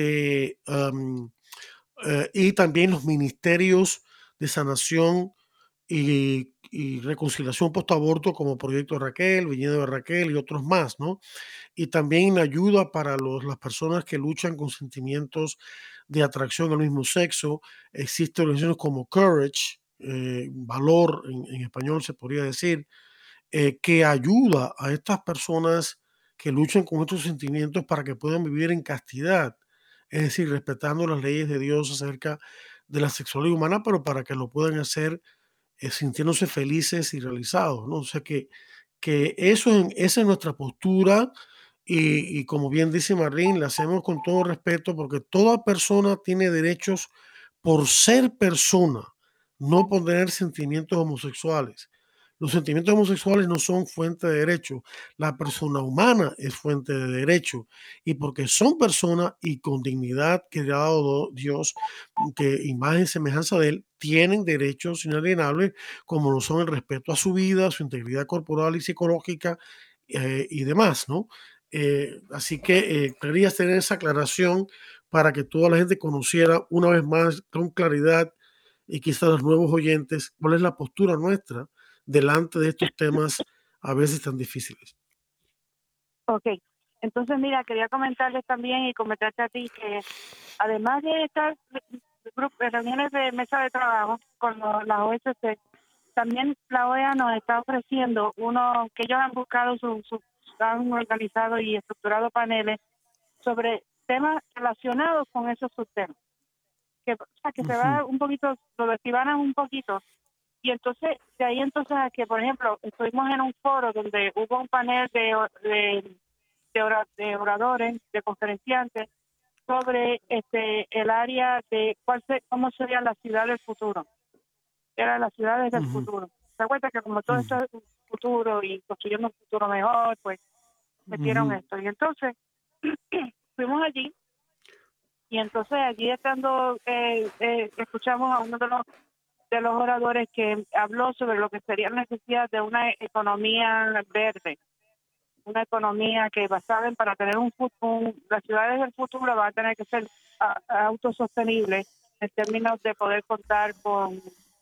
y también los ministerios de sanación y reconciliación post-aborto como Proyecto Raquel, Viñedo de Raquel y otros más, ¿no? Y también ayuda para las personas que luchan con sentimientos de atracción al mismo sexo. Existen organizaciones como Courage, Valor en español se podría decir, que ayuda a estas personas que luchan con estos sentimientos para que puedan vivir en castidad, es decir, respetando las leyes de Dios acerca de la sexualidad humana, pero para que lo puedan hacer sintiéndose felices y realizados, ¿no? O sea que esa es nuestra postura y como bien dice Marlene, la hacemos con todo respeto porque toda persona tiene derechos por ser persona, no por tener sentimientos homosexuales. Los sentimientos homosexuales no son fuente de derecho. La persona humana es fuente de derecho. Y porque son personas y con dignidad que le ha dado Dios, que imagen y semejanza de Él, tienen derechos inalienables, como lo son el respeto a su vida, su integridad corporal y psicológica y demás, ¿no? Así que quería tener esa aclaración para que toda la gente conociera una vez más con claridad y quizás los nuevos oyentes cuál es la postura nuestra delante de estos temas a veces tan difíciles. Ok, entonces mira, quería comentarles también y comentarte a ti que además de estas reuniones de mesa de trabajo con la OSC, también la OEA nos está ofreciendo uno que ellos han buscado, han organizado y estructurado paneles sobre temas relacionados con esos subtemas. Que se va un poquito, lo desfibanan un poquito. Y entonces, de ahí entonces a que, por ejemplo, estuvimos en un foro donde hubo un panel de oradores, de conferenciantes, sobre el área de cómo serían las ciudades del futuro. Eran las ciudades del futuro. Se cuenta que como todo esto es un futuro y construyendo un futuro mejor, pues metieron esto. Y entonces, fuimos allí. Y entonces allí estando, escuchamos a uno de los oradores que habló sobre lo que sería la necesidad de una economía verde, una economía que basada en para tener un futuro, las ciudades del futuro van a tener que ser autosostenibles en términos de poder contar con,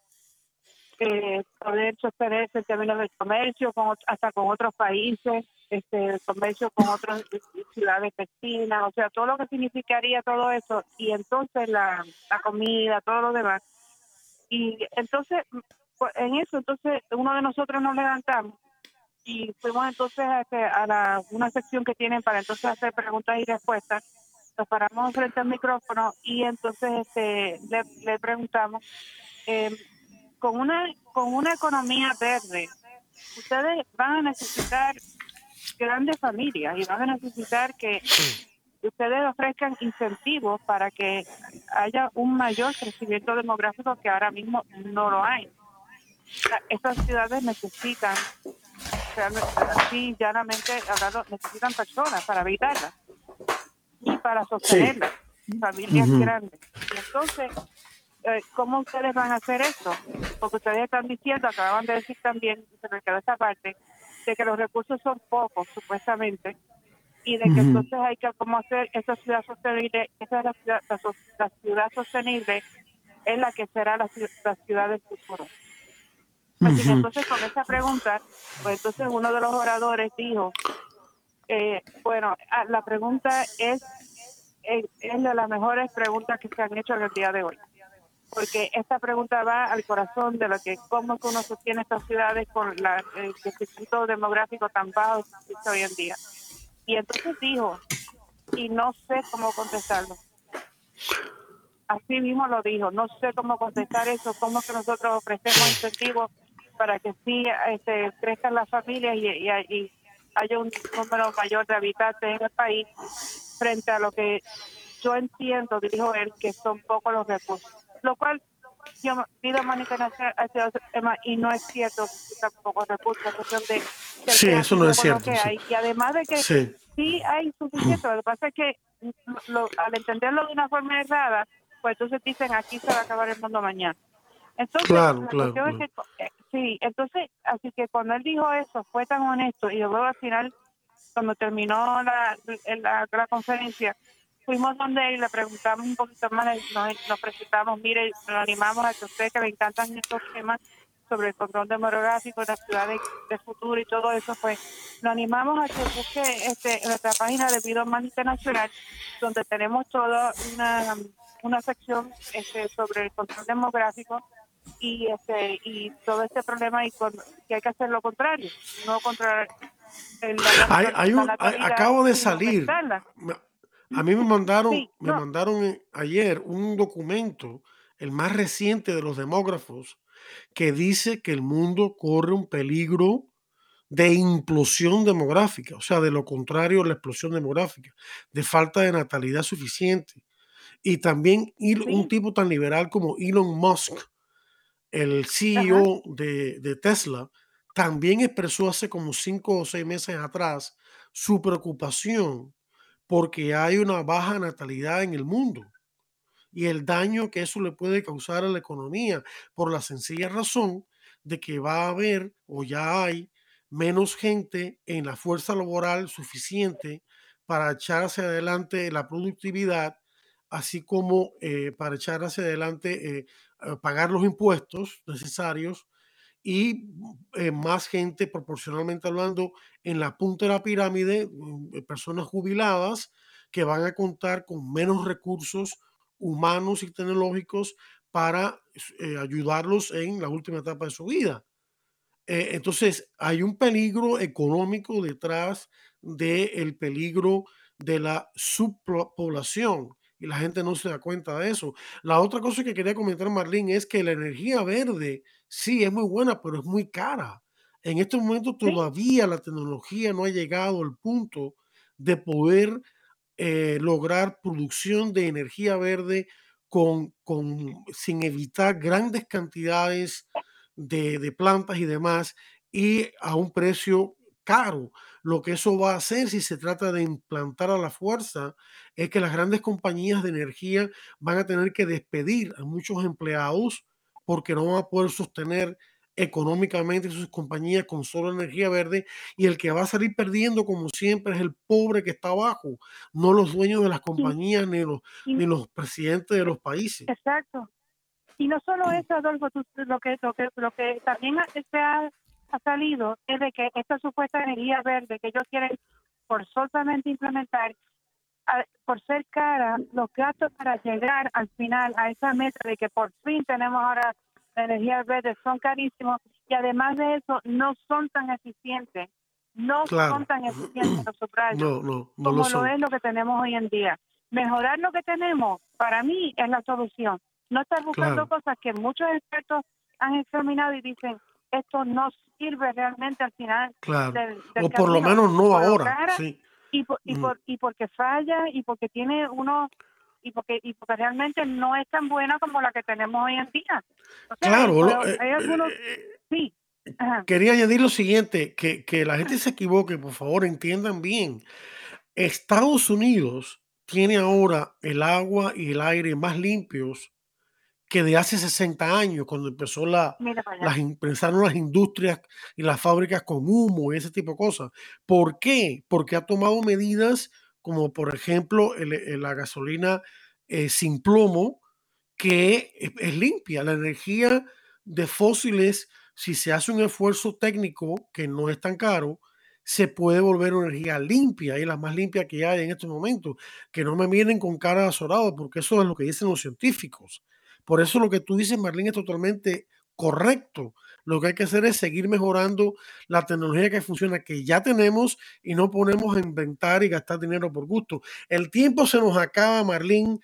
poder sostenerse en términos de comercio, hasta con otros países, comercio con otras ciudades vecinas, o sea, todo lo que significaría todo eso, y entonces la comida, todo lo demás. Y entonces, en eso, entonces uno de nosotros nos levantamos y fuimos entonces a una sección que tienen para entonces hacer preguntas y respuestas. Nos paramos frente al micrófono y entonces le preguntamos, con una economía verde, ustedes van a necesitar grandes familias y van a necesitar que ustedes ofrezcan incentivos para que haya un mayor crecimiento demográfico que ahora mismo no lo hay. Estas ciudades necesitan, así llanamente hablando, necesitan personas para habitarlas y para sostenerlas, familias grandes. Y entonces, ¿cómo ustedes van a hacer esto? Porque ustedes están diciendo, acaban de decir también, se me quedó esta parte, de que los recursos son pocos, supuestamente, y de que entonces hay que cómo hacer esa ciudad sostenible, esa es la ciudad sostenible, es la que será la ciudad del futuro. Así que entonces con esa pregunta, pues entonces uno de los oradores dijo, bueno, la pregunta es de las mejores preguntas que se han hecho en el día de hoy, porque esta pregunta va al corazón de lo que cómo uno sostiene estas ciudades con el crecimiento demográfico tan bajo que existe hoy en día. Y entonces dijo, y no sé cómo contestarlo. Así mismo lo dijo, no sé cómo contestar eso, cómo que nosotros ofrecemos incentivos para que sí crezcan las familias y haya un número mayor de habitantes en el país frente a lo que yo entiendo, dijo él, que son pocos los recursos. Lo cual yo pido manifestar hacia tema y no es cierto que tampoco recursos, cuestión de sí, eso no es cierto. Sí. Hay. Y además de que sí hay suficiente, lo que pasa es que al entenderlo de una forma errada, pues entonces dicen aquí se va a acabar el mundo mañana. Entonces, claro. Es que, sí, entonces, así que cuando él dijo eso, fue tan honesto, y luego al final, cuando terminó la conferencia, fuimos donde él y le preguntamos un poquito más, nos presentamos, mire, nos animamos a que a ustedes que le encantan estos temas sobre el control demográfico, las ciudades de futuro y todo eso, pues nos animamos a que busque nuestra página de Vida Humana Internacional, donde tenemos toda una sección sobre el control demográfico y todo este problema y que hay que hacer lo contrario, no controlar acabo de salir. A mí me mandaron ayer un documento, el más reciente de los demógrafos, que dice que el mundo corre un peligro de implosión demográfica, o sea, de lo contrario a la explosión demográfica, de falta de natalidad suficiente. Y también un tipo tan liberal como Elon Musk, el CEO de Tesla, también expresó hace como 5 o 6 meses atrás su preocupación porque hay una baja natalidad en el mundo y el daño que eso le puede causar a la economía, por la sencilla razón de que va a haber o ya hay menos gente en la fuerza laboral suficiente para echar hacia adelante la productividad, así como para echar hacia adelante, pagar los impuestos necesarios y más gente proporcionalmente hablando en la punta de la pirámide, personas jubiladas que van a contar con menos recursos humanos y tecnológicos para ayudarlos en la última etapa de su vida. Entonces, hay un peligro económico detrás del peligro de la subpoblación y la gente no se da cuenta de eso. La otra cosa que quería comentar, Marlene, es que la energía verde sí es muy buena, pero es muy cara. En este momento Sí, todavía la tecnología no ha llegado al punto de poder lograr producción de energía verde sin evitar grandes cantidades de plantas y demás y a un precio caro. Lo que eso va a hacer si se trata de implantar a la fuerza es que las grandes compañías de energía van a tener que despedir a muchos empleados porque no van a poder sostener económicamente sus compañías con solo energía verde y el que va a salir perdiendo como siempre es el pobre que está abajo, no los dueños de las y, compañías y- ni los presidentes de los países. exacto. Y no solo eso, Adolfo, lo que también ha salido es de que esta supuesta energía verde que ellos quieren forzosamente implementar, por ser cara, los gastos para llegar al final a esa meta de que por fin tenemos ahora la energía verde son carísimos y además de eso no son tan eficientes, no son Claro, tan eficientes los subrayos no lo como lo son. es lo que tenemos hoy en día. Mejorar lo que tenemos, para mí, es la solución. No estar buscando Claro, cosas que muchos expertos han examinado y dicen, esto no sirve realmente al final claro. del O por lo camino, menos no por lo ahora, cara sí. Mm, y porque falla y porque tiene uno y porque realmente no es tan buena como la que tenemos hoy en día. O sea, Claro, hay algunos, sí, ajá, quería añadir lo siguiente, que la gente se equivoque, por favor, entiendan bien. Estados Unidos tiene ahora el agua y el aire más limpios que de hace 60 años, cuando mira para allá. empezaron las industrias y las fábricas con humo y ese tipo de cosas. ¿Por qué? Porque ha tomado medidas como, por ejemplo, la gasolina sin plomo, que es limpia. La energía de fósiles, si se hace un esfuerzo técnico que no es tan caro, se puede volver una energía limpia y la más limpia que hay en estos momentos. Que no me miren con cara de azorado, porque eso es lo que dicen los científicos. Por eso lo que tú dices, Marlene, es totalmente correcto. Lo que hay que hacer es seguir mejorando la tecnología que funciona, que ya tenemos, y no ponemos a inventar y gastar dinero por gusto. El tiempo se nos acaba, Marlene.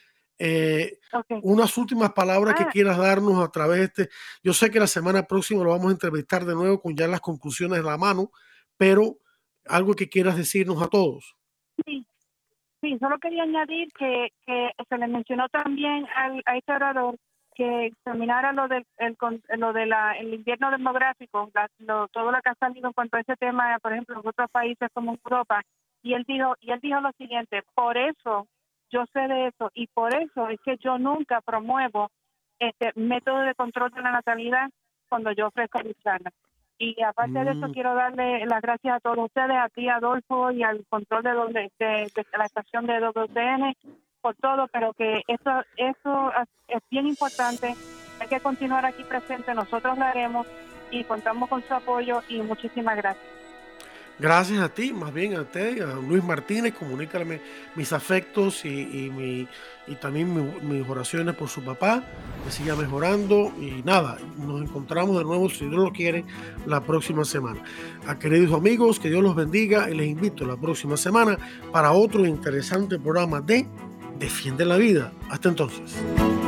Okay. Unas últimas palabras que Ah, quieras darnos a través de este. Yo sé que la semana próxima lo vamos a entrevistar de nuevo con ya las conclusiones de la mano, pero algo que quieras decirnos a todos. sí, sí, solo quería añadir que se le mencionó también a este orador que examinara el invierno demográfico, todo lo que ha salido en cuanto a ese tema, por ejemplo, en otros países como Europa, y él dijo lo siguiente: por eso yo sé de eso y por eso es que yo nunca promuevo este método de control de la natalidad cuando yo ofrezco mis charlas. Y aparte de eso, Mm, quiero darle las gracias a todos ustedes, a ti, Adolfo, y al control de la estación de WTN por todo, pero que eso es bien importante. Hay que continuar aquí presente, nosotros lo haremos y contamos con su apoyo y muchísimas gracias. Gracias a ti, más bien a usted, a Luis Martínez, comunícame mis afectos y también mis oraciones por su papá, que siga mejorando y nada, nos encontramos de nuevo, si Dios lo quiere, la próxima semana. A queridos amigos, que Dios los bendiga y les invito la próxima semana para otro interesante programa de Defiende la Vida. Hasta entonces.